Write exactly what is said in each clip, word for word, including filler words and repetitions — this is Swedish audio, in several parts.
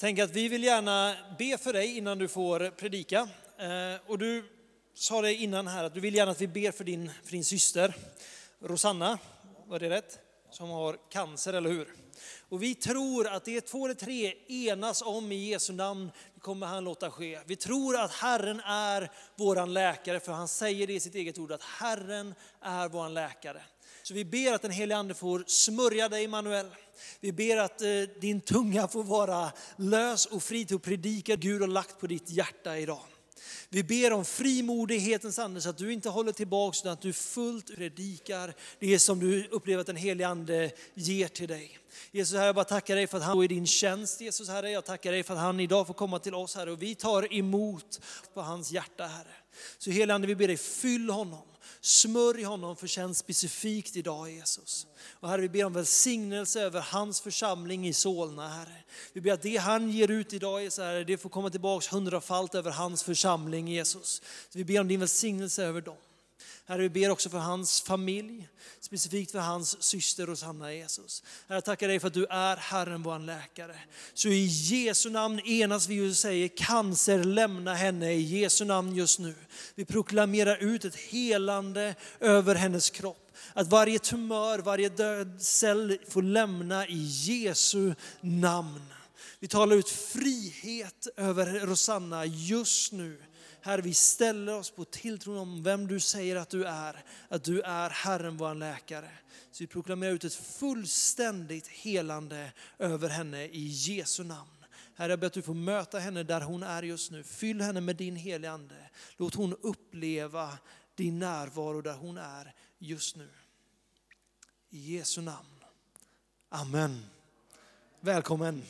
Tänk att vi vill gärna be för dig innan du får predika. Och du sa det innan här att du vill gärna att vi ber för din, för din syster Rosanna, var det rätt? Som har cancer, eller hur? Och vi tror att det är två eller tre enas om i Jesu namn, det kommer han låta ske. Vi tror att Herren är våran läkare, för han säger det i sitt eget ord, att Herren är våran läkare. Så vi ber att den helige ande får smörja dig, Manuel. Vi ber att eh, din tunga får vara lös och fri till att predika Gud har lagt på ditt hjärta idag. Vi ber om frimodighetens ande så att du inte håller tillbaka, utan att du fullt predikar det som du upplever att den helige ande ger till dig. Jesus, Herre, jag bara tackar dig för att han är i din tjänst. Jesus, Herre, jag tackar dig för att han idag får komma till oss, Herre. Och vi tar emot på hans hjärta, Herre. Så helige ande, vi ber dig, fyll honom. Smörj honom för tjänst specifikt idag, Jesus. Och Herre, vi ber om välsignelse över hans församling i Solna, Herre. Vi ber att det han ger ut idag, Jesus, Herre, det får komma tillbaka hundrafalt över hans församling, Jesus. Så vi ber om din välsignelse över dem. Herre, vi ber också för hans familj, specifikt för hans syster Rosanna, Jesus. Herre, jag tackar dig för att du är Herren, vår läkare. Så i Jesu namn enas vi och säger, cancer, lämna henne i Jesu namn just nu. Vi proklamerar ut ett helande över hennes kropp. Att varje tumör, varje död cell får lämna i Jesu namn. Vi talar ut frihet över Rosanna just nu. Herre, vi ställer oss på tilltron om vem du säger att du är. Att du är Herren, vår läkare. Så vi proklamerar ut ett fullständigt helande över henne i Jesu namn. Herre, jag ber att du får möta henne där hon är just nu. Fyll henne med din heliga ande. Låt hon uppleva din närvaro där hon är just nu. I Jesu namn. Amen. Välkommen.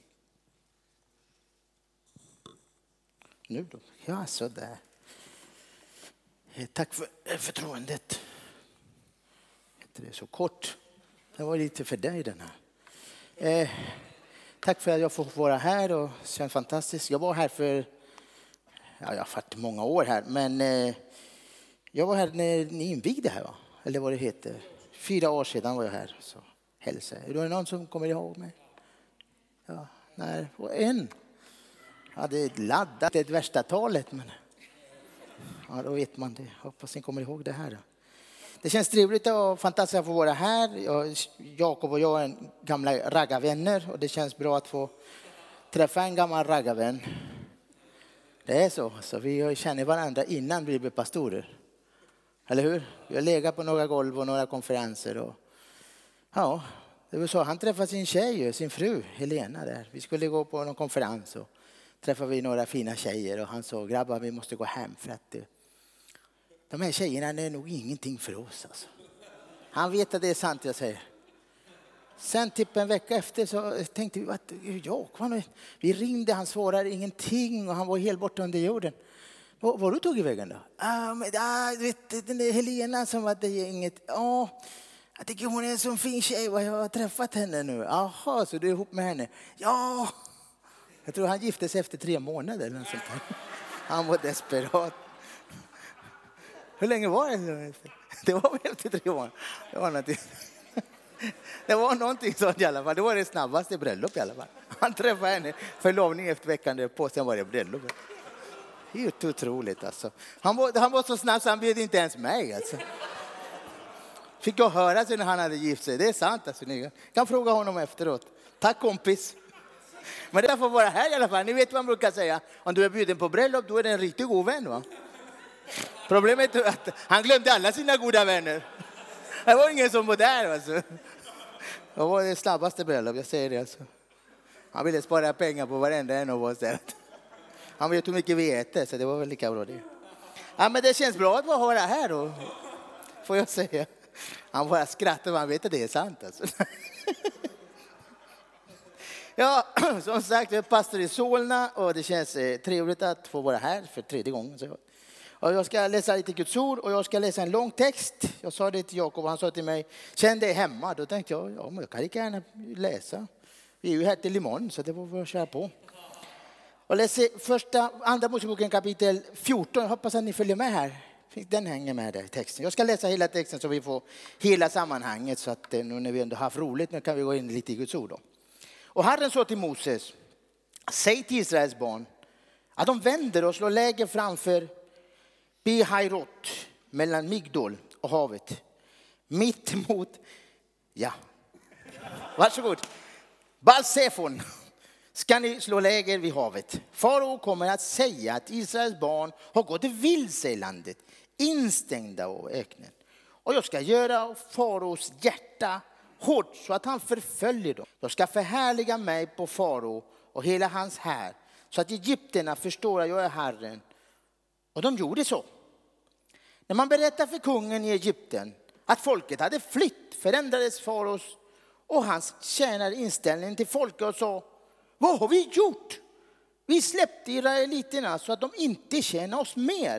Nu då? Ja, så där. Tack för förtroendet. Det är så kort. Det var lite för dig den här. Eh, tack för att jag får vara här och känns fantastiskt. Jag var här för, ja, jag har varit många år här, men eh, jag var här när ni invigde här, va? Eller vad det heter. Fyra år sedan var jag här, så hälsa. Är det någon som kommer ihåg mig? Ja, nej, och en. Jag hade laddat det värsta talet, men ja, då vet man det. Hoppas ni kommer ihåg det här. Då. Det känns trevligt och fantastiskt att få vara här. Jag, Jakob och jag är gamla raggarvänner och det känns bra att få träffa en gammal raggarvän. Det är så. Så vi känner varandra innan vi blev pastorer. Eller hur? Vi har legat på några golv och några konferenser. Och, ja, det var så. Han träffade sin tjej, sin fru Helena där. Vi skulle gå på någon konferens och träffade vi några fina tjejer och han sa, grabbar, vi måste gå hem för att de här tjejerna är nog ingenting för oss. Alltså. Han vet att det är sant, jag säger. Sen typ en vecka efter så tänkte vi att ja, vi ringde, han svarade ingenting och han var helt borta under jorden. Var, var du tog i vägen då? Ah, men, ah, vet, den där Helena som var det inget. Ja, jag tycker hon är en sån fin tjej och jag har träffat henne nu. Jaha, så du är ihop med henne? Ja. Jag tror han gifte sig efter tre månader eller något sånt där. Han var desperat. Hur länge var det? Det var väl efter tre månader. Det var någonting. Det var någonting sånt i alla fall. Det var det snabbaste bröllop i alla fall. Han träffade henne förlovning efter veckan på, sen var det bröllop. Helt otroligt alltså. Han var, han var så snabb så han bjöd inte ens mig alltså. Fick jag höra sen när han hade gift sig. Det är sant alltså. Ni kan fråga honom efteråt. Tack kompis. Men det får vara här i alla fall. Ni vet vad man brukar säga. Om du är bjuden på bröllop, då är det en riktigt god vän, va? Problemet är att han glömde alla sina goda vänner. Det var ingen som var där, alltså. Det var det snabbaste bröllop, jag säger det alltså. Han ville spara pengar på varenda en av oss där. Han vet hur mycket vi äter, så det var väl lika bra det. Ja, men det känns bra att vara här då. Får jag säga. Han bara skrattar och han vet att det är sant, alltså. Ja, som sagt, jag är pastor i Solna och det känns eh, trevligt att få vara här för tredje gången. Så. Och jag ska läsa lite Guds ord och jag ska läsa en lång text. Jag sa det till Jakob och han sa till mig, känn dig hemma. Då tänkte jag, ja men jag kan lika gärna läsa. Vi är ju här till imorgon så det var väl att köra på. Och läser första, andra Moseboken kapitel fjorton. Jag hoppas att ni följer med här. Den hänger med där i texten. Jag ska läsa hela texten så vi får hela sammanhanget. Så att nu när vi ändå haft roligt, nu kan vi gå in lite i Guds ord då. Och Herren sa till Moses, säg till Israels barn att de vänder och slår läger framför Behairot mellan Migdol och havet. Mitt emot, ja, varsågod, Baal-Zephon ska ni slå läger vid havet. Farao kommer att säga att Israels barn har gått vilse i landet, instängda av öknen. Och jag ska göra faraos hjärta hårt så att han förföljer dem. Jag ska förhärliga mig på farao och hela hans här, så att egyptierna förstår att jag är Herren. Och de gjorde så. När man berättar för kungen i Egypten att folket hade flytt, förändrades faraos och hans tjänare inställning till folket och sa: vad har vi gjort? Vi släppte israeliterna så att de inte tjänar oss mer.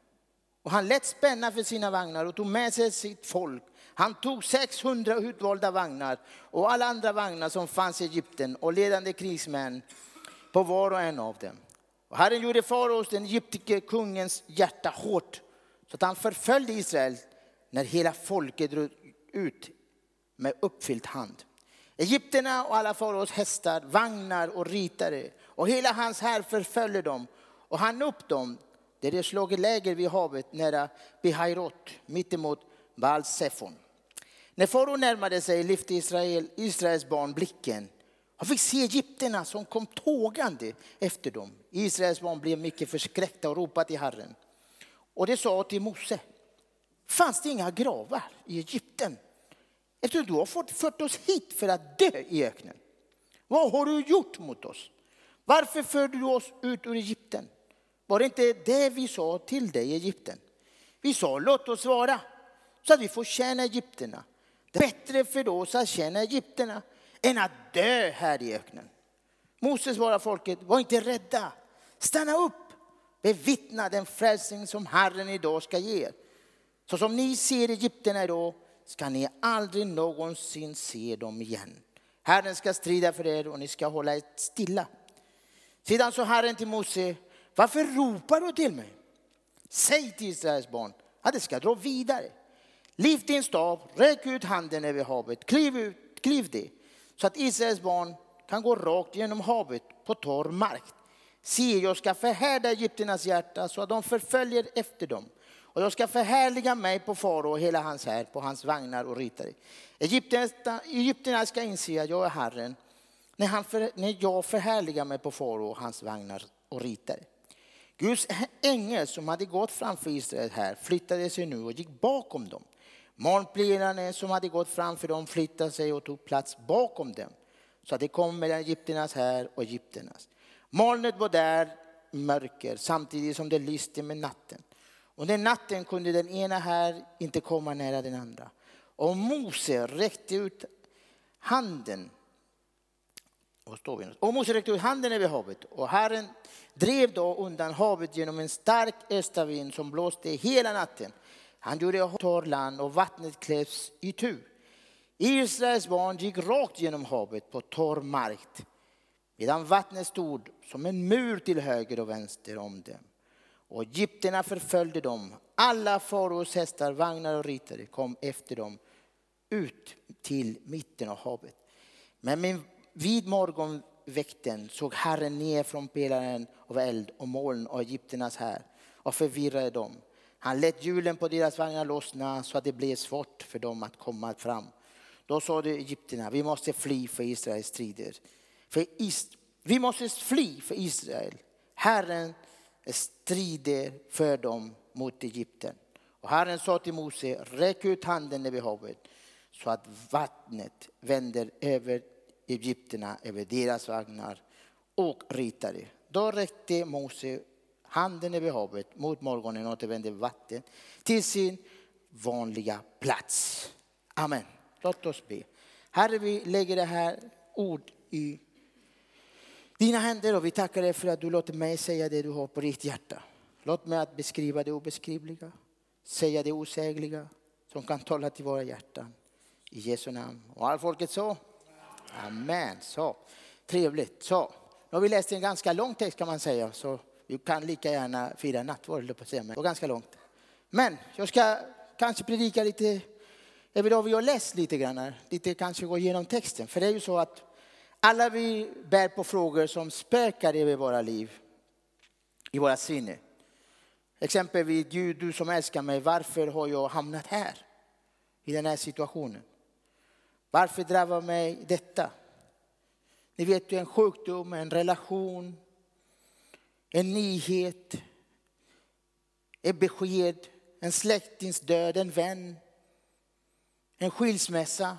Och han lät spänna för sina vagnar och tog med sig sitt folk. Han tog sexhundra utvalda vagnar och alla andra vagnar som fanns i Egypten och ledande krigsmän på var och en av dem. Och Herren gjorde faraos, den egyptiske kungens, hjärta hårt, så att han förföljde Israel när hela folket drog ut med uppfylld hand. Egypterna och alla faraos hästar, vagnar och ritare och hela hans här förföljde dem, och han upp dem där det slog läger vid havet nära Behairot mittemot Baal-Zephon. När farao närmade sig lyfte Israel, Israels barn blicken och fick se egypterna som kom tågande efter dem. Israels barn blev mycket förskräckta och ropade till Herren. Och det sa till Mose: fanns det inga gravar i Egypten? Eftersom du har fått fört oss hit för att dö i öknen. Vad har du gjort mot oss? Varför förde du oss ut ur Egypten? Var det inte det vi sa till dig i Egypten? Vi sa: låt oss vara, så att vi får tjäna egypterna. Det är bättre för oss att tjäna egypterna än att dö här i öknen. Moses svarade folket: var inte rädda. Stanna upp. Bevittna den frälsning som Herren idag ska ge er. Så som ni ser egypterna idag ska ni aldrig någonsin se dem igen. Herren ska strida för er och ni ska hålla er stilla. Sedan sa Herren till Mose: varför ropar du till mig? Säg till Israels barn att det ska dra vidare. Lyft din stav, räck ut handen över havet, kliv ut, kliv det, så att Israels barn kan gå rakt genom havet på torr mark. Se, jag ska förhärda egyptiernas hjärta så att de förföljer efter dem. Och jag ska förhärliga mig på farao och hela hans här, på hans vagnar och ryttare. Egyptierna, Egyptierna ska inse att jag är Herren när, han för, när jag förhärligar mig på farao och hans vagnar och ryttare. Guds ängel som hade gått framför Israel här flyttade sig nu och gick bakom dem. Molnpelaren som hade gått framför dem flyttade sig och tog plats bakom dem, så att det kom mellan egyptiernas här och egyptiernas. Molnet var där i mörker samtidigt som det lyste med natten. Och den natten kunde den ena här inte komma nära den andra. Och Mose räckte ut handen. Och, står vi och Mose räckte ut handen över havet. Och Herren drev då undan havet genom en stark östavind som blåste hela natten. Han gjorde torr land och vattnet klävs i tu. Israels barn gick rakt genom havet på torr mark, medan vattnet stod som en mur till höger och vänster om dem. Och egyptierna förföljde dem. Alla faraos hästar, vagnar och ryttare kom efter dem ut till mitten av havet. Men med vid morgonväkten såg Herren ner från pelaren av eld och moln och egyptiernas här och förvirrade dem. Han lät hjulen på deras vagnar lossna så att det blev svårt för dem att komma fram. Då sa de egyptierna: vi måste fly för Israels strider. För is- vi måste fly för Israel. Herren strider för dem mot Egypten. Och Herren sa till Mose: räck ut handen över havet så att vattnet vänder över egyptierna, över deras vagnar och ryttare. Då räckte Mose handen över havet, mot morgonen återvände vatten till sin vanliga plats. Amen. Låt oss be. Herre, vi lägger det här ord i dina händer och vi tackar dig för att du låter mig säga det du har på ditt hjärta. Låt mig att beskriva det obeskrivliga, säga det osägliga som kan tala till våra hjärtan. I Jesu namn. Och all folket så? Amen. Så, trevligt. Så, nu har vi läst en ganska lång text kan man säga, så vi kan lika gärna fira nattvard på sig, men det var ganska långt. Men jag ska kanske predika lite, jag vill ha vi har läst lite grann här, lite kanske gå igenom texten. För det är ju så att Alla vi bär på frågor som spökar över våra liv, i våra sinne. Exempelvis, Gud, du som älskar mig, varför har jag hamnat här? I den här situationen. Varför drabbar mig detta? Ni vet ju, en sjukdom, en relation, en nyhet, ett besked, en släktings död, en vän, en skilsmässa,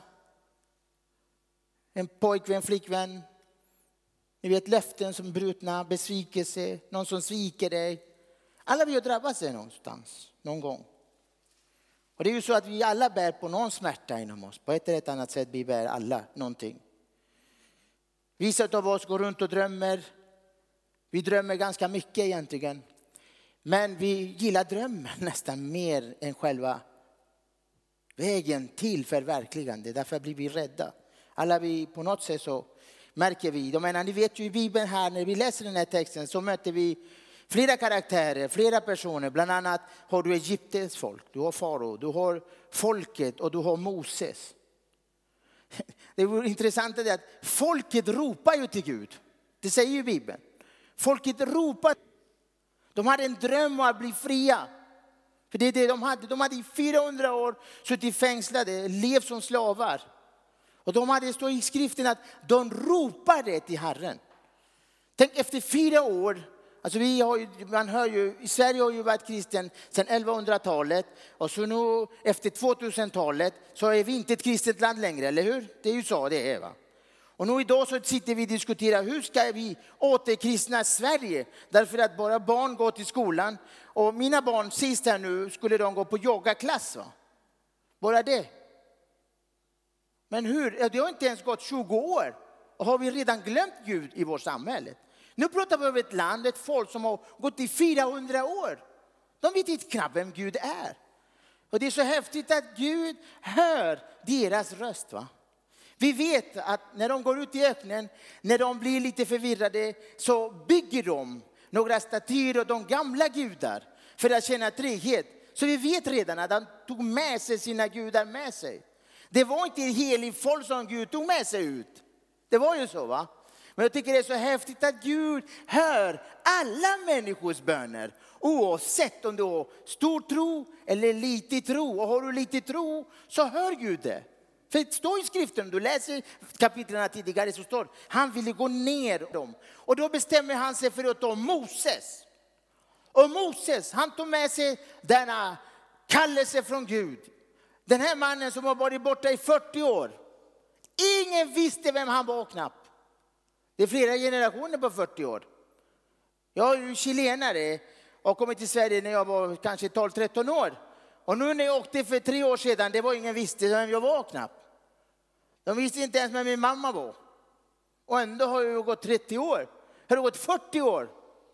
en pojkvän, flickvän. Ni vet, löften som brutna, besvikelse, någon som sviker dig. Alla vi har drabbats sig någonstans, någon gång. Och det är ju så att vi alla bär på någon smärta inom oss. På ett eller ett annat sätt vi bär alla någonting. Vissa av oss går runt och drömmer. Vi drömmer ganska mycket egentligen. Men vi gillar drömmen nästan mer än själva vägen till förverkligande. Därför blir vi rädda. Alla vi på något sätt så märker vi. De menar, ni vet ju i Bibeln här, när vi läser den här texten så möter vi flera karaktärer, flera personer. Bland annat har du Egyptens folk, du har farao, du har folket och du har Moses. Det är intressant att folket ropar ju till Gud. Det säger ju Bibeln. Folket ropar. De hade en dröm om att bli fria. För det är det de hade. De hade i fyrahundra år suttit fängslade, levt som slavar. Och de hade, stått i skriften att de ropade till Herren. Tänk efter fyra år. Alltså vi har ju, man hör ju, i Sverige har ju varit kristen sedan elvahundratalet. Och så nu efter tvåtusentalet så är vi inte ett kristet land längre, eller hur? Det är ju så det är, va? Och nu idag så sitter vi och diskuterar hur ska vi återkristna Sverige. Därför att bara barn går till skolan. Och mina barn sist här nu skulle de gå på yogaklass, va? Bara det. Men hur? Det har inte ens gått tjugo år. Och har vi redan glömt Gud i vårt samhälle? Nu pratar vi om ett land, ett folk som har gått i fyrahundra år. De vet inte knappt vem Gud är. Och det är så häftigt att Gud hör deras röst, va? Vi vet att när de går ut i öknen, när de blir lite förvirrade, så bygger de några statyer och de gamla gudar för att känna trygghet. Så vi vet redan att han tog med sig sina gudar med sig. Det var inte ett heligt folk som Gud tog med sig ut. Det var ju så, va? Men jag tycker det är så häftigt att Gud hör alla människors böner. Oavsett om du har stor tro eller lite tro. Och har du lite tro så hör Gud det. För det står i skriften, du läser kapitlen tidigare så står han ville gå ner dem. Och då bestämmer han sig för att ta Moses. Och Moses, han tog med sig denna kallelse från Gud. Den här mannen som har varit borta i fyrtio år. Ingen visste vem han var knappt. Det är flera generationer på fyrtio år. Jag är ju chilenare och kom till Sverige när jag var kanske tolv tretton år. Och nu när jag åkte för tre år sedan, det var ingen visste vem jag var knappt. De visste inte ens vem min mamma var. Och ändå har jag gått trettio år. Jag har gått fyrtio år.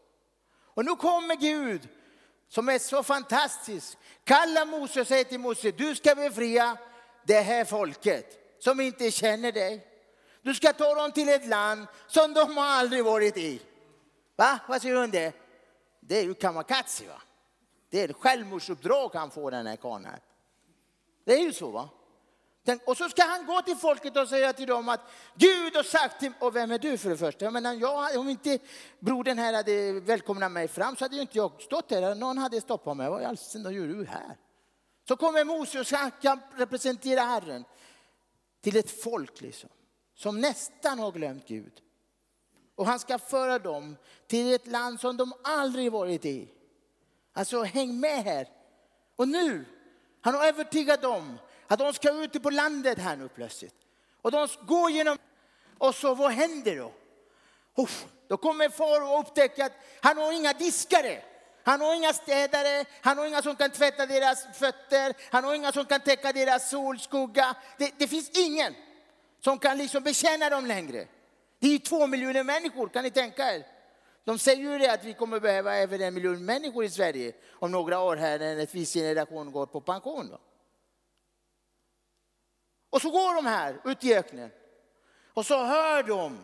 Och nu kommer Gud som är så fantastisk. Kalla Mose och säger till Mose, du ska befria det här folket som inte känner dig. Du ska ta dem till ett land som de har aldrig varit i. Va? Vad säger du om det? Det är ju kamikaze, va? Det är ett självmordsuppdrag han får, den här karln här. Det är ju så, va? Och så ska han gå till folket och säga till dem att Gud har sagt till, och vem är du för det första? Jag menar, jag, om inte brodern här hade välkomnat mig fram så hade ju inte jag stått där. Någon hade stoppat mig. Vad gör du här? Så kommer Mose och han kan representera Herren till ett folk liksom, som nästan har glömt Gud. Och han ska föra dem till ett land som de aldrig varit i. Alltså häng med här. Och nu, han har övertygat dem att de ska ut på landet här nu plötsligt. Och de går genom, och så vad händer då? Uff, då kommer far och upptäcker att han har inga diskare. Han har inga städare, han har inga som kan tvätta deras fötter. Han har inga som kan täcka deras solskugga. Det, det finns ingen som kan liksom betjäna dem längre. Det är två miljoner människor, kan ni tänka er? De säger ju det att vi kommer behöva över en miljon människor i Sverige om några år här när en viss generation går på pension. Då. Och så går de här ut i öknen. Och så hör de.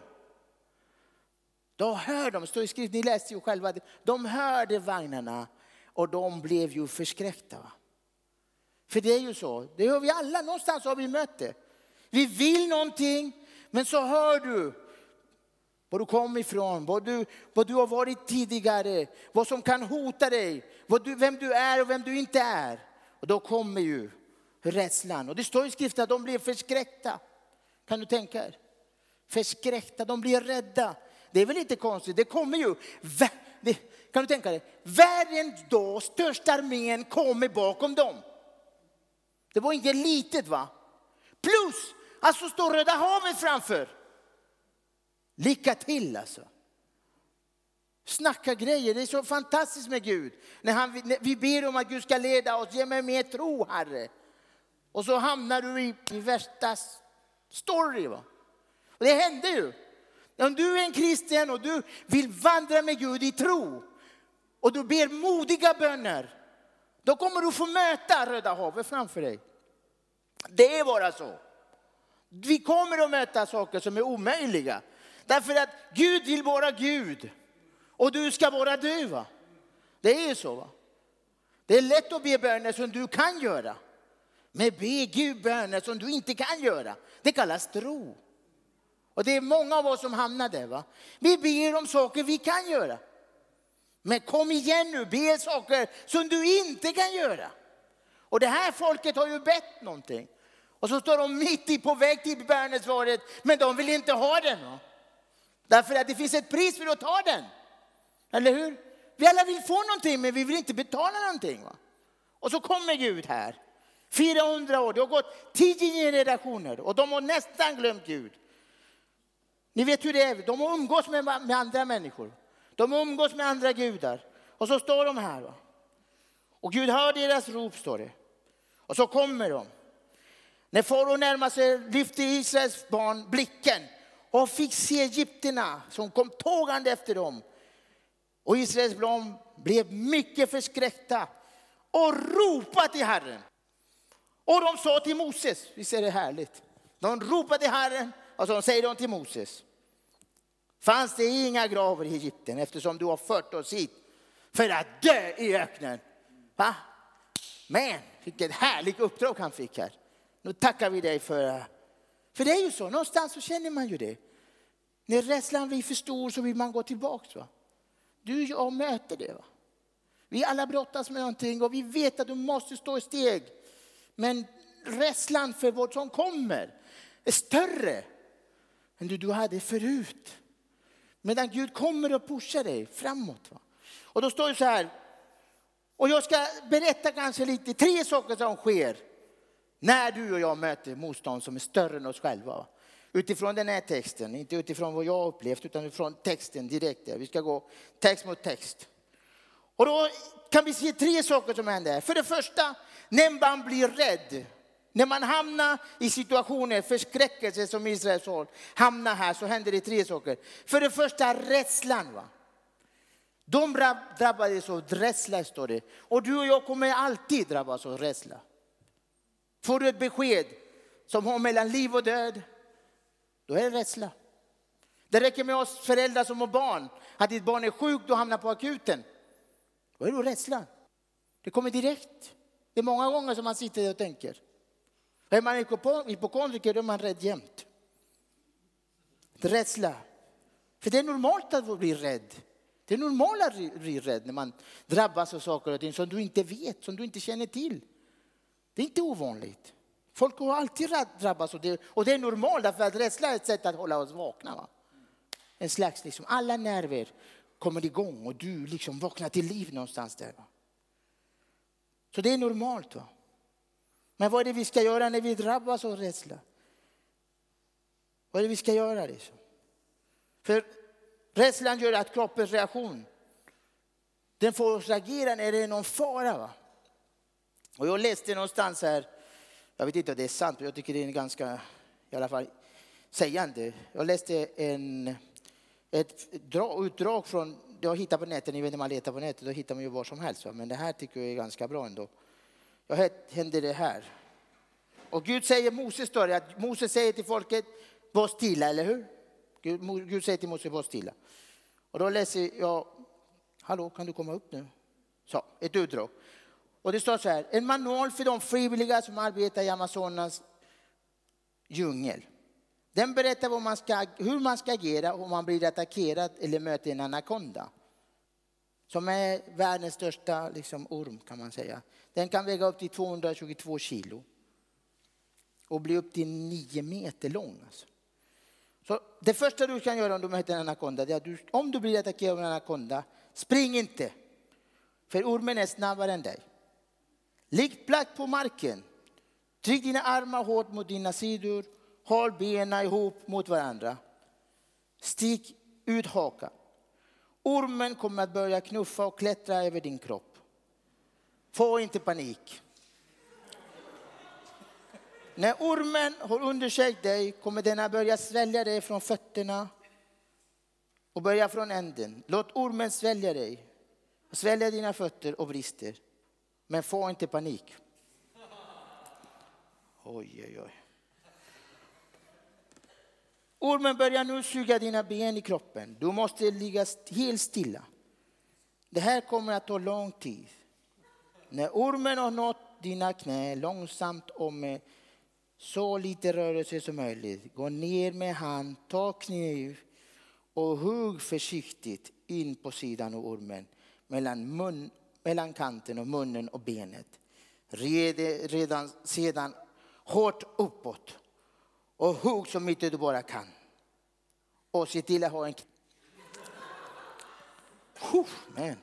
Då hör de, står i skrift, ni läste ju själva. De hörde vagnarna och de blev ju förskräckta. Va? För det är ju så, det har vi alla, någonstans har vi mött det. Vi vill någonting, men så hör du var du kom ifrån, vad du, vad du har varit tidigare, vad som kan hota dig, vad du, vem du är och vem du inte är. Och då kommer ju rädslan. Och det står i skriften att de blir förskräckta. Kan du tänka er? Förskräckta, de blir rädda. Det är väl inte konstigt, det kommer ju. Det, kan du tänka dig? Världens då största armén kommer bakom dem. Det var inte litet, va? Plus, alltså står Röda havet framför. Lycka till alltså. Snacka grejer, det är så fantastiskt med Gud. När, han, när vi ber om att Gud ska leda oss, ge mig mer tro, Herre. Och så hamnar du i, i värsta story, va? Och det händer ju. Om du är en kristen och du vill vandra med Gud i tro och du ber modiga böner, då kommer du få möta Röda havet framför dig. Det är bara så. Vi kommer att möta saker som är omöjliga. Därför att Gud vill vara Gud. Och du ska vara du, va? Det är ju så, va? Det är lätt att be böner som du kan göra. Men be Gud böner som du inte kan göra. Det kallas tro. Och det är många av oss som hamnar där, va? Vi ber om saker vi kan göra. Men kom igen nu, be saker som du inte kan göra. Och det här folket har ju bett någonting. Och så står de mitt i på väg till bönesvaret. Men de vill inte ha den, va? Därför att det finns ett pris för att ta den. Eller hur? Vi alla vill få någonting, men vi vill inte betala någonting, va? Och så kommer Gud här. fyrahundra år, det har gått tio generationer. Och de har nästan glömt Gud. Ni vet hur det är. De har umgås med, med andra människor. De har umgås med andra gudar. Och så står de här, va? Och Gud hör deras rop, står det. Och så kommer de. När farao närmar sig lyfte Israels barn blicken och fick se egyptierna som kom tågande efter dem. Och Israels barn blev mycket förskräckta och ropade till Herren. Och de sa till Moses, vi ser det härligt. De ropade till Herren och så säger de till Moses. Fanns det inga gravar i Egypten eftersom du har fört oss hit för att dö i öknen? Va? Men vilket härligt uppdrag han fick här. Nu tackar vi dig för. För det är ju så, någonstans så känner man ju det. När rädslan blir för stor så vill man gå tillbaka, va? Du och jag möter det, va? Vi alla brottas med någonting och vi vet att du måste stå i steg. Men rädslan för vad som kommer är större än du, du hade förut. Medan Gud kommer och pushar dig framåt, va? Och då står det så här. Och jag ska berätta kanske lite tre saker som sker när du och jag möter motstånd som är större än oss själva, va? Utifrån den här texten, inte utifrån vad jag har upplevt utan utifrån texten direkt. Vi ska gå text mot text. Och då kan vi se tre saker som händer. För det första, när man blir rädd. När man hamnar i situationer, förskräckelse som Israels folk hamnar här, så händer det tre saker. För det första, rädslan, va? De drabbades av rädsla, står det. Och du och jag kommer alltid drabbas av rädsla. Får du ett besked som har mellan liv och död, då är det rädsla. Det räcker med oss föräldrar som har barn. Att ditt barn är sjukt och hamnar på akuten, då är det rädsla. Det kommer direkt. Det är många gånger som man sitter där och tänker. Är man hypokondriker, då är man rädd jämt. Rädsla. För det är normalt att bli rädd. Det är normalt att bli rädd när man drabbas av saker och ting som du inte vet, som du inte känner till. Det är inte ovanligt. Folk har alltid drabbats av det. Och det är normalt, för att rädsla är ett sätt att hålla oss vakna, va? En slags liksom, alla nerver kommer igång och du liksom vaknar till liv någonstans där, va? Så det är normalt, va? Men vad är det vi ska göra när vi drabbas av rädsla? Vad är det vi ska göra liksom? För rädslan gör att kroppens reaktion, den får oss reagera när det är någon fara, va? Och jag läste någonstans här, jag vet inte om det är sant, men jag tycker det är en ganska, i alla fall, sägande. Jag läste en, ett utdrag från, jag hittar på nätet, ni vet när man letar på nätet, då hittar man ju var som helst, va? Men det här tycker jag är ganska bra ändå. Jag händer det här. Och Gud säger, Moses står det, att Moses säger till folket, var stilla, eller hur? Gud, Gud säger till Moses, var stilla. Och då läser jag, hallå, kan du komma upp nu? Så, ett utdrag. Och det står så här, en manual för de frivilliga som arbetar i Amazonas djungel. Den berättar vad man ska, hur man ska agera om man blir attackerad eller möter en anakonda. Som är världens största liksom, orm kan man säga. Den kan väga upp till tvåhundratjugotvå kilo. Och bli upp till nio meter lång. Alltså. Så det första du kan göra om du möter en anakonda, det är att du, om du blir attackerad av en anakonda, spring inte. För ormen är snabbare än dig. Ligg platt på marken. Tryck dina armar hårt mot dina sidor. Håll benen ihop mot varandra. Stig ut hakan. Ormen kommer att börja knuffa och klättra över din kropp. Få inte panik. När ormen har undersökt dig kommer den att börja svälja dig från fötterna och börja från änden. Låt ormen svälja dig och svälja dina fötter och brister. Men få inte panik. Oj, oj, oj. Ormen börjar nu suga dina ben i kroppen. Du måste ligga helt stilla. Det här kommer att ta lång tid. När ormen har nått dina knä långsamt och med så lite rörelse som möjligt. Gå ner med hand, ta kniv och hugg försiktigt in på sidan av ormen. Mellan, mun, mellan kanten och munnen och benet. Red, redan sedan hårt uppåt. Och hugg så mycket du bara kan. Och se till att ha en... Men.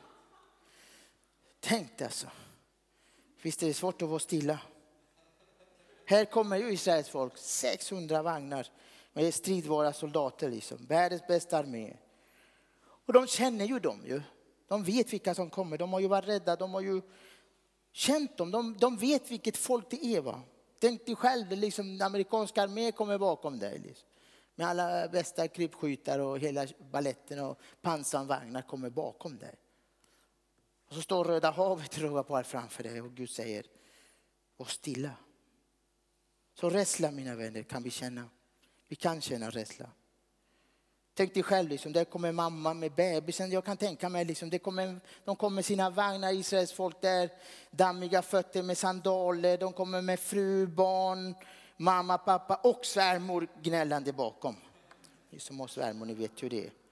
Tänk alltså. Visst är det svårt att vara stilla. Här kommer ju Israels folk. sexhundra vagnar med stridvara soldater. Liksom. Världens bästa armé. Och de känner ju dem ju. De vet vilka som kommer. De har ju varit rädda. De har ju känt dem. De, de vet vilket folk det är, va? Tänk dig själv, det liksom, den amerikanska armén kommer bakom dig. Liksom. Med alla bästa krypskyttar och hela balletten och pansarvagnar kommer bakom dig. Och så står Röda havet och rågar på här framför dig och Gud säger, var stilla. Så rädsla, mina vänner, kan vi känna. Vi kan känna rädsla. Tänk dig själv, liksom, där kommer mamma med bebisen. Jag kan tänka mig, liksom, det kommer, de kommer med sina vagnar, Israels folk där. Dammiga fötter med sandaler. De kommer med fru, barn, mamma, pappa och svärmor gnällande bakom. Ni som har svärmor, ni vet hur det är.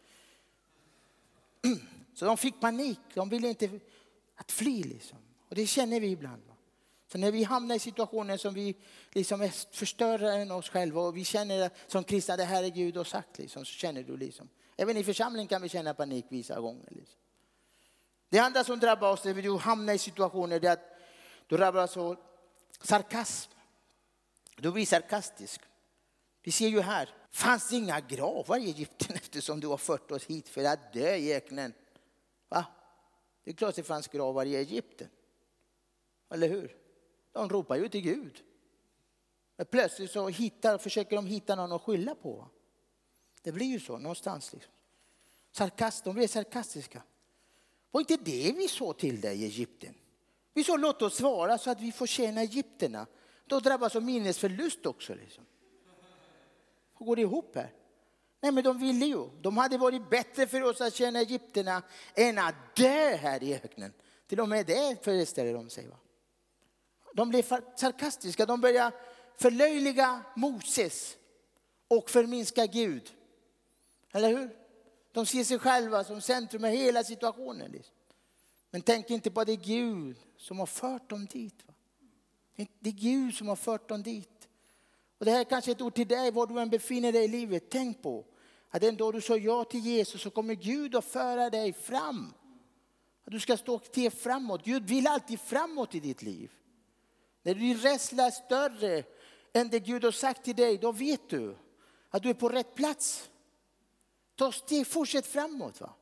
Så de fick panik. De ville inte att fly. Liksom. Och det känner vi ibland. Va? Så när vi hamnar i situationer som vi liksom är förstörre än oss själva och vi känner som kristna, det här är Gud har sagt, liksom, så känner du liksom. Även i församling kan vi känna panik vissa gånger. Liksom. Det andra som drabbar oss är att du hamnar i situationer där du drabbas av sarkasm. Du blir sarkastisk. Vi ser ju här, fanns det inga gravar i Egypten eftersom du har fört oss hit för att dö i öknen. Va? Det är klart det fanns gravar i Egypten. Eller hur? De ropar ju till Gud. Men plötsligt så hittar, försöker de hitta någon att skylla på. Det blir ju så någonstans. Liksom. Sarkast, de blir sarkastiska. Var inte det vi så till dig i Egypten? Vi så låt oss svara så att vi får tjäna Egypterna. Då drabbas av minnesförlust också. Liksom. Hur går det ihop här? Nej, men de ville ju. De hade varit bättre för oss att tjäna Egypterna än att dö här i öknen. Till och med det föreställer de sig, va? De blev sarkastiska. De började förlöjliga Moses och förminska Gud. Eller hur? De ser sig själva som centrum i hela situationen. Liksom. Men tänk inte på att det är Gud som har fört dem dit. Va? Det är Gud som har fört dem dit. Och det här är kanske ett ord till dig, var du än befinner dig i livet. Tänk på att den dag du sa ja till Jesus så kommer Gud att föra dig fram. Att du ska stå till framåt. Gud vill alltid framåt i ditt liv. När din rädsla är större än det Gud har sagt till dig, då vet du att du är på rätt plats. Ta steg, fortsätt framåt. Va?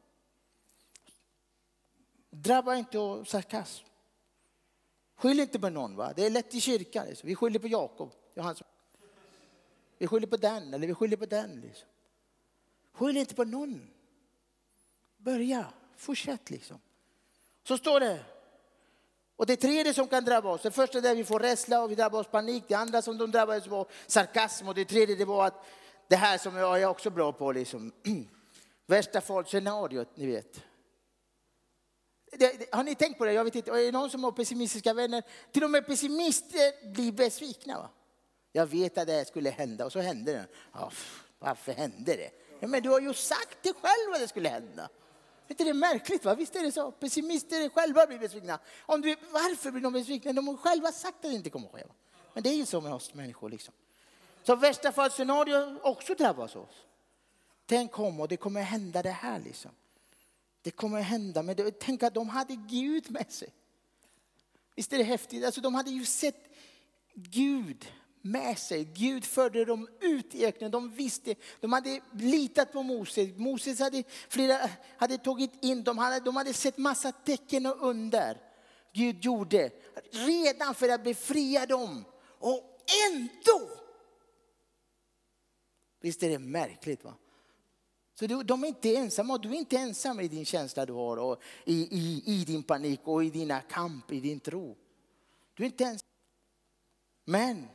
Drabba inte av sarkasm. Skyll inte på någon. Va? Det är lätt i kyrkan. Liksom. Vi skyller på Jakob. Vi skyller på den eller vi skyller på den. Liksom. Skyll inte på någon. Börja, fortsätt liksom. Så står det. Och det tredje som kan drabba oss. Det första där vi får rädsla och vi drabbar oss panik. Det andra som de drabbar oss var sarkasm. Och det tredje det var att det här som jag är också bra på. Liksom. Värsta fallscenariot, ni vet. Det, det, har ni tänkt på det? Jag vet inte. Är det någon som har pessimistiska vänner? Till och med pessimister blir besvikna. Va? Jag vet att det här skulle hända och så hände det. Ja, varför hände det? Ja, men du har ju sagt det själv vad det skulle hända. Inte det är märkligt, va? Visst är det så? Pessimister själva blir besvikna. Om du, varför blir de besvikna? De har själva sagt att det inte kommer att ske. Men det är ju så med oss människor liksom. Så värsta fall scenario också drabbas oss. Tänk om och det kommer hända det här liksom. Det kommer hända, men det, tänk att de hade Gud med sig. Visst är det häftigt? Alltså de hade ju sett Gud med sig. Gud förde dem ut i öknen. De visste, de hade litat på Moses. Moses hade, flera, hade tagit in, de hade, de hade sett massa tecken och under. Gud gjorde redan för att befria dem. Och ändå. Visst är det märkligt, va? Så du, de är inte ensamma och du är inte ensam i din känsla du har. Och i, i, i din panik och i dina kamp, i din tro. Du är inte ensam. Men.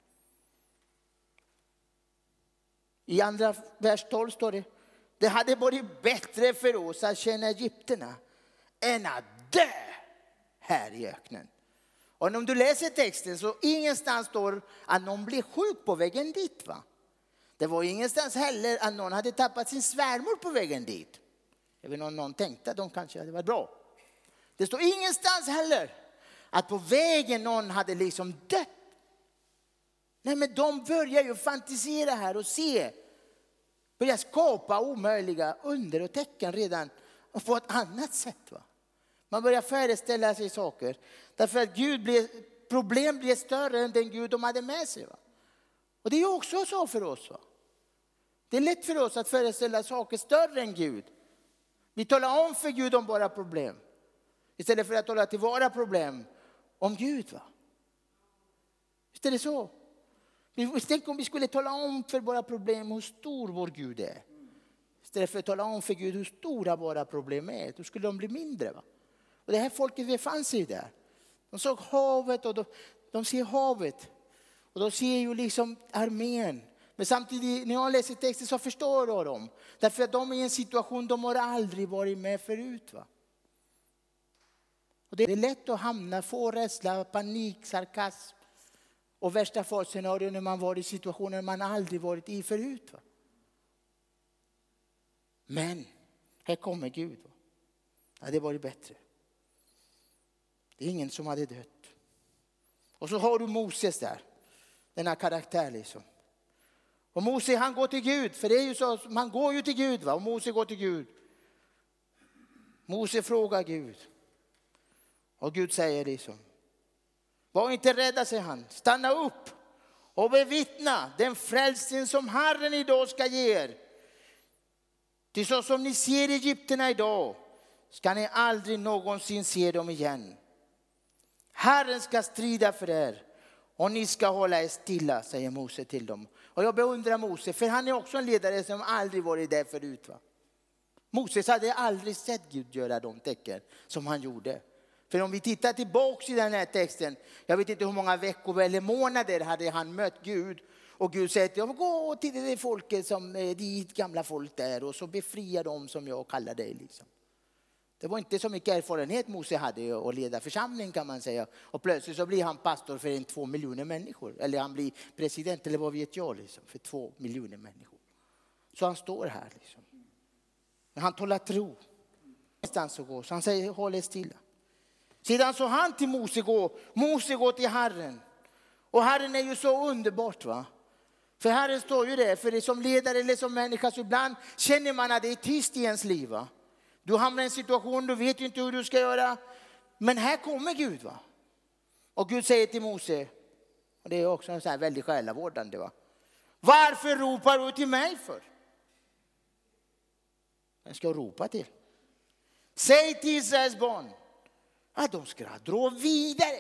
I andra vers tolv står det. Det hade varit bättre för oss att känna Egypterna än att dö här i öknen. Och om du läser texten så ingenstans står att någon blir sjuk på vägen dit, va? Det var ingenstans heller att någon hade tappat sin svärmor på vägen dit. Jag vet inte om någon tänkte att de kanske hade varit bra. Det står ingenstans heller att på vägen någon hade liksom dött. Nej, men de börjar ju fantisera här och se. Börjar skapa omöjliga under och tecken redan på ett annat sätt, va? Man börjar föreställa sig saker. Därför att Gud blir, problem blir större än den Gud de hade med sig, va? Och det är också så för oss, va? Det är lätt för oss att föreställa saker större än Gud. Vi talar om för Gud om våra problem. Istället för att tala till våra problem om Gud, va? Visst är det så? Tänk om vi skulle tala om för våra problem hur stor vår Gud är. Istället för att tala om för Gud hur stora våra problem är. Då skulle de bli mindre, va? Och det här folket befann sig där. De såg havet och de, de ser havet. Och de ser ju liksom armén. Men samtidigt när jag läser texten så förstår jag dem. Därför att de är i en situation de har aldrig varit med förut, va? Och det är lätt att hamna, få rädsla, panik, sarkasm. Och värsta fallscenario när man var i situationer man aldrig varit i förut, va? Men här kommer Gud, va? Ja, det var det bättre. Det är ingen som hade dött. Och så har du Moses där. Den här karaktär liksom. Och Moses han går till Gud. För det är ju så, man går ju till Gud, va? Och Moses går till Gud. Moses frågar Gud. Och Gud säger liksom. Var inte rädda, säger han. Stanna upp och bevittna den frälsning som Herren idag ska ge er. Till så som ni ser Egypterna idag ska ni aldrig någonsin se dem igen. Herren ska strida för er och ni ska hålla er stilla, säger Mose till dem. Och jag beundrar Mose, för han är också en ledare som aldrig varit där förut, va? Moses hade aldrig sett Gud göra de tecken som han gjorde. För om vi tittar tillbaka i den här texten, jag vet inte hur många veckor eller månader hade han mött Gud. Och Gud säger till honom, gå till det folket som ditt gamla folk där och så befria dem som jag kallar dig liksom. Det var inte så mycket erfarenhet Mose hade att leda församling, kan man säga. Och plötsligt så blir han pastor för en två miljoner människor. Eller han blir president eller vad vet jag liksom, för två miljoner människor. Så han står här liksom. Men han talar tro. Så han säger, håll er stilla. Sedan så han till Mose går. Mose går till Herren. Och Herren är ju så underbart, va? För Herren står ju där. För det som ledare eller som människa så ibland känner man att det är tyst i ens liv, va? Du hamnar i en situation, du vet inte hur du ska göra. Men här kommer Gud, va? Och Gud säger till Mose. Och det är också en sån här väldigt själavårdande, va? Varför ropar du till mig för? Jag ska ropa till. Säg till Israels barn att de ska dra vidare.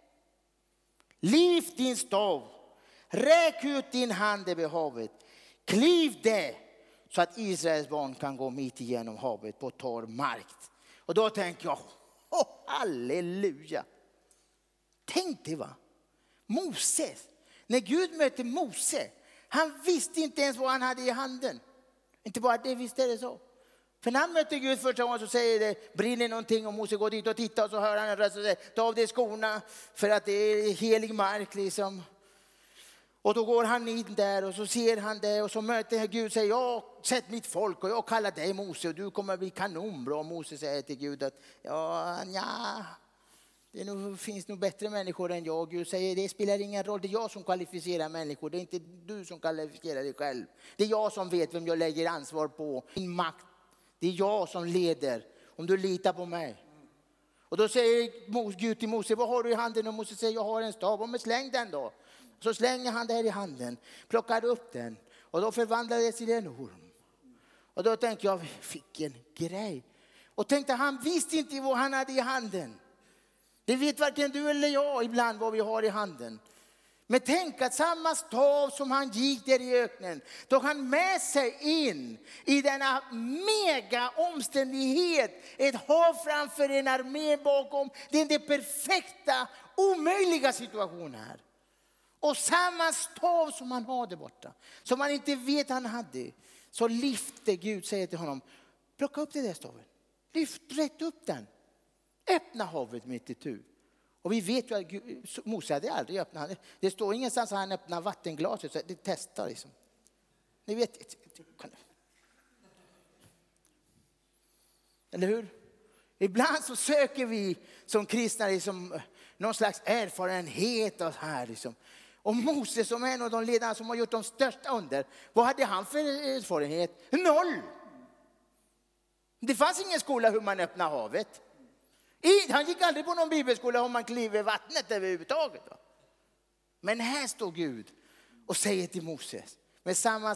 Lyft din stav. Räck ut din hand över havet. Kliv det så att Israels barn kan gå mitt igenom havet på torr mark. Och då tänker jag, oh, halleluja. Tänk dig, va? Moses. När Gud mötte Mose, han visste inte ens vad han hade i handen. Inte bara det, visste det så. För när han mötte Gud första gången så säger det, brinner någonting och Mose går dit och tittar och så hör han en röst och säger, ta av dig skorna för att det är helig mark liksom. Och då går han in där och så ser han det och så möter Gud och säger, jag har sett mitt folk och jag kallar dig Mose och du kommer att bli kanonbra. Mose säger till Gud att ja, ja det nog, finns nog bättre människor än jag. Gud säger, det spelar ingen roll, det är jag som kvalificerar människor. Det är inte du som kvalificerar dig själv. Det är jag som vet vem jag lägger ansvar på. Min makt, det är jag som leder. Om du litar på mig. Och då säger Gud till Mose, vad har du i handen? Och Mose säger, jag har en stav. Och men släng den då. Så slänger han det här i handen, plockar upp den och då förvandlades till en orm. Och då tänkte jag, vilken grej. Och tänkte, han visste inte vad han hade i handen. Det vet varken du eller jag ibland vad vi har i handen. Men tänk att samma stav som han gick där i öknen, tog han med sig in i denna mega omständighet. Ett hav framför, en armé bakom. Det är den perfekta, omöjliga situationen här. Och samma stav som han har där borta, som man inte vet han hade, så lyfter Gud, säger till honom, plocka upp det där staven. Lyft rätt upp den. Öppna havet mitt i tu. Och vi vet ju att Gud, Mose hade aldrig öppnat. Det står ingenstans att han öppnar vattenglaset, så det testar liksom. Ni vet. Eller hur? Ibland så söker vi som kristna liksom någon slags erfarenhet av här liksom. Och Mose som är en av de ledarna som har gjort de största under. Vad hade han för erfarenhet? Noll! Det fanns ingen skola hur man öppnar havet. Han gick aldrig på någon bibelskola om man kliver vattnet överhuvudtaget. Men här står Gud och säger till Moses med samma...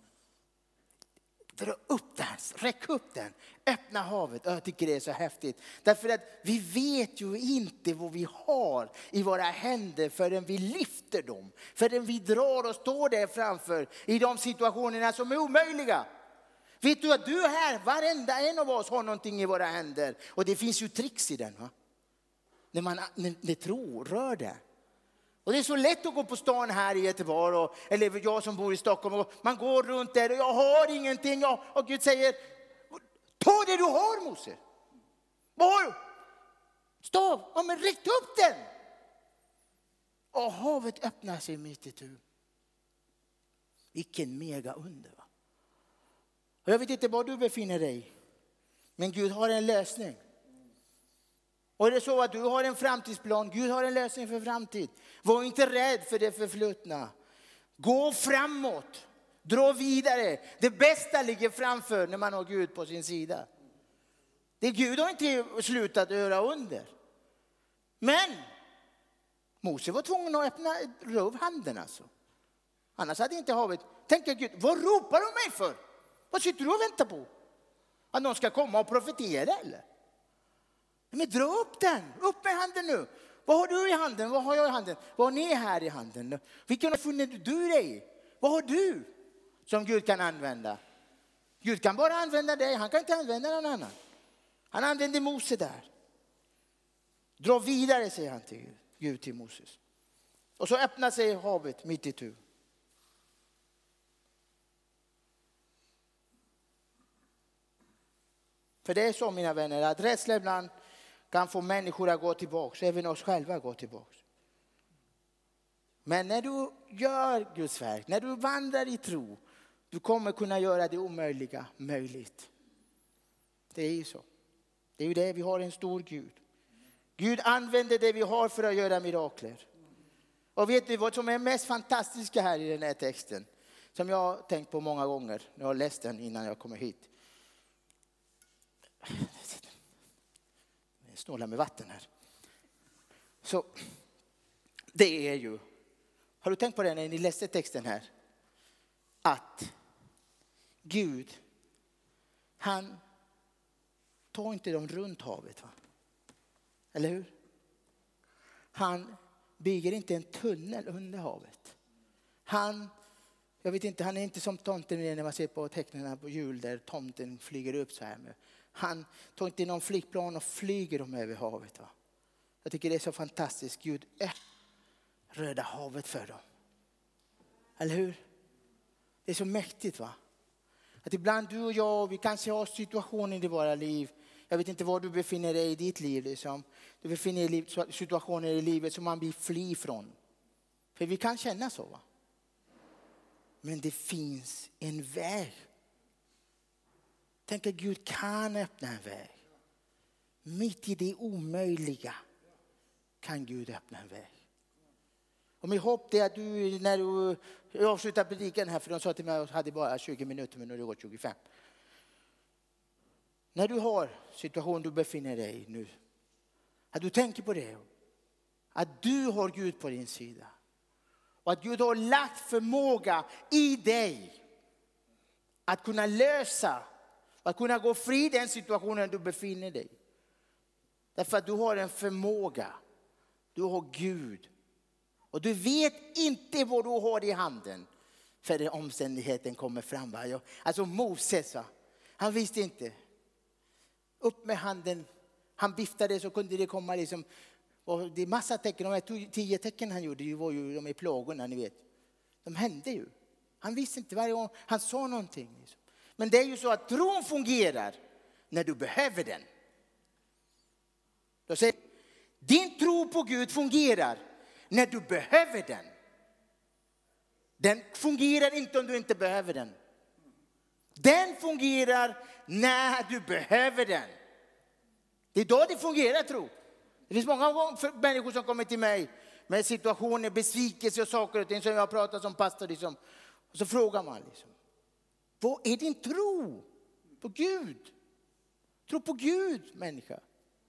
Dra upp den, räck upp den, öppna havet. Jag tycker det är så häftigt. Därför att vi vet ju inte vad vi har i våra händer förrän vi lyfter dem. Förrän vi drar och står där framför i de situationerna som är omöjliga. Vet du att du här, varenda en av oss har någonting i våra händer. Och det finns ju tricks i den, va? När man när, när tror, rör det. Och det är så lätt att gå på stan här i Göteborg, och, eller jag som bor i Stockholm, och man går runt där och jag har ingenting. Och, och Gud säger, ta det du har, Mose. Vad har du? Stav, ja, men rätt upp den. Och havet öppnar sig mitt i tu. Vilken mega under, va? Och jag vet inte var du befinner dig, men Gud har en lösning. Och är det så att du har en framtidsplan, Gud har en lösning för framtid. Var inte rädd för det förflutna. Gå framåt. Dra vidare. Det bästa ligger framför när man har Gud på sin sida. Det Gud har inte slutat göra under. Men Mose var tvungen att öppna röv handen alltså. Annars hade inte havet. Tänk Gud, vad ropar du mig för? Vad sitter du och väntar på? Att någon ska komma och profetera eller? Men dra upp den. Upp med handen nu. Vad har du i handen? Vad har jag i handen? Vad har ni här i handen? Vilken har funnit du dig? Vad har du som Gud kan använda? Gud kan bara använda dig. Han kan inte använda någon annan. Han använder Mose där. Dra vidare, säger han till Gud till Moses. Och så öppnar sig havet mitt i tu. För det är så, mina vänner, att rädsla ibland kan få människor att gå tillbaka. Även oss själva gå tillbaka. Men när du gör Guds verk, när du vandrar i tro, du kommer kunna göra det omöjliga möjligt. Det är ju så. Det är ju det, vi har en stor Gud. Gud använder det vi har för att göra mirakler. Och vet du vad som är mest fantastiska här i den här texten? Som jag har tänkt på många gånger när jag har läst den innan jag kommer hit. Jag snålar med vatten här. Så det är ju, har du tänkt på det när ni läste texten här? Att Gud, han tar inte dem runt havet, va? Eller hur? Han bygger inte en tunnel under havet. Han, jag vet inte, han är inte som tomten när man ser på tecknen på jul där tomten flyger upp så här med. Han tar inte någon flygplan och flyger dem över havet, va? Jag tycker det är så fantastiskt. Gud är röda havet för dem. Eller hur? Det är så mäktigt, va? Att ibland du och jag, vi kanske har situationer i våra liv. Jag vet inte var du befinner dig i ditt liv. Liksom. Du befinner dig i situationer i livet som man vill fly från. För vi kan känna så, va? Men det finns en väg. Tänk att Gud kan öppna en väg. Mitt i det omöjliga kan Gud öppna en väg. Och min hopp är att du, när du avslutar predikan här, för de sa till mig att jag hade bara tjugo minuter, men nu har det gått tjugofem. När du har situation du befinner dig i nu, att du tänker på det. Att du har Gud på din sida. Och att Gud har lagt förmåga i dig att kunna lösa, att kunna gå fri i den situationen du befinner dig. Därför att du har en förmåga. Du har Gud. Och du vet inte vad du har i handen för omständigheten kommer fram. Va? Alltså Moses, va? Han visste inte. Upp med handen. Han viftade så kunde det komma liksom. Och det är massa tecken. De här tio tecken han gjorde, det var ju de är plågorna, ni vet. De hände ju. Han visste inte varje gång han sa någonting. Liksom. Men det är ju så att tron fungerar när du behöver den. Då säger din tro på Gud fungerar när du behöver den. Den fungerar inte om du inte behöver den. Den fungerar när du behöver den. Det är då det fungerar, tro. Det finns många människor som kommer till mig med situationer, besvikelse och saker och ting som jag har pratat som pastor. Liksom. Och så frågar man liksom, vad är din tro på Gud? Tro på Gud, människa.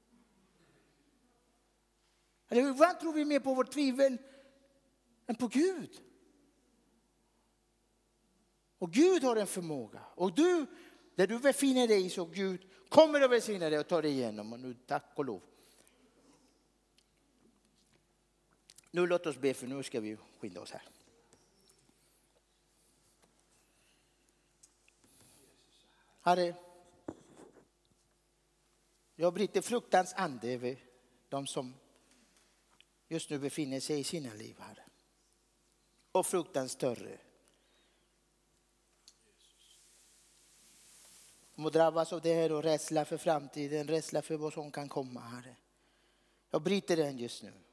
Eller ibland tror vi mer på vårt tvivel än på Gud. Och Gud har en förmåga. Och du, där du befinner dig så Gud kommer att välsigna dig och ta dig igenom. Och nu tack och lov. Nu låt oss be, för nu ska vi skynda oss här. Herre, jag bryter fruktans ande över de som just nu befinner sig i sina liv, Herre. Och fruktan större. De må drabbas av det här och rädsla för framtiden, rädsla för vad som kan komma, Herre. Jag bryter den just nu.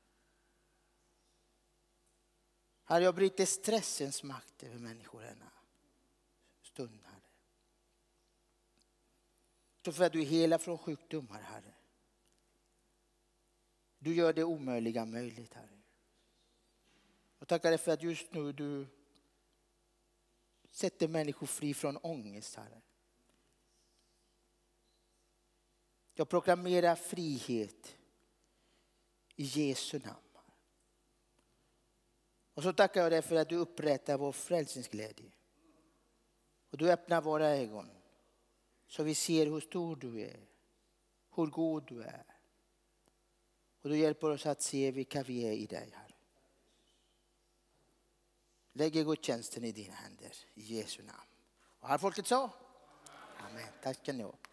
Herre, jag bryter stressens makt över människor denna stund, Herre. Så för att du är hela från sjukdomar, Herre. Du gör det omöjliga möjligt, Herre. Jag tackar dig för att just nu du sätter människor fri från ångest, Herre. Jag proklamerar frihet i Jesu namn. Och så tackar jag dig för att du upprättar vår frälsningsglädje. Och du öppnar våra ögon. Så vi ser hur stor du är. Hur god du är. Och du hjälper oss att se vilka vi är i dig, Herre. Lägger gudstjänsten i dina händer. I Jesu namn. Och här folket sa? Amen. Tack ska ni ha.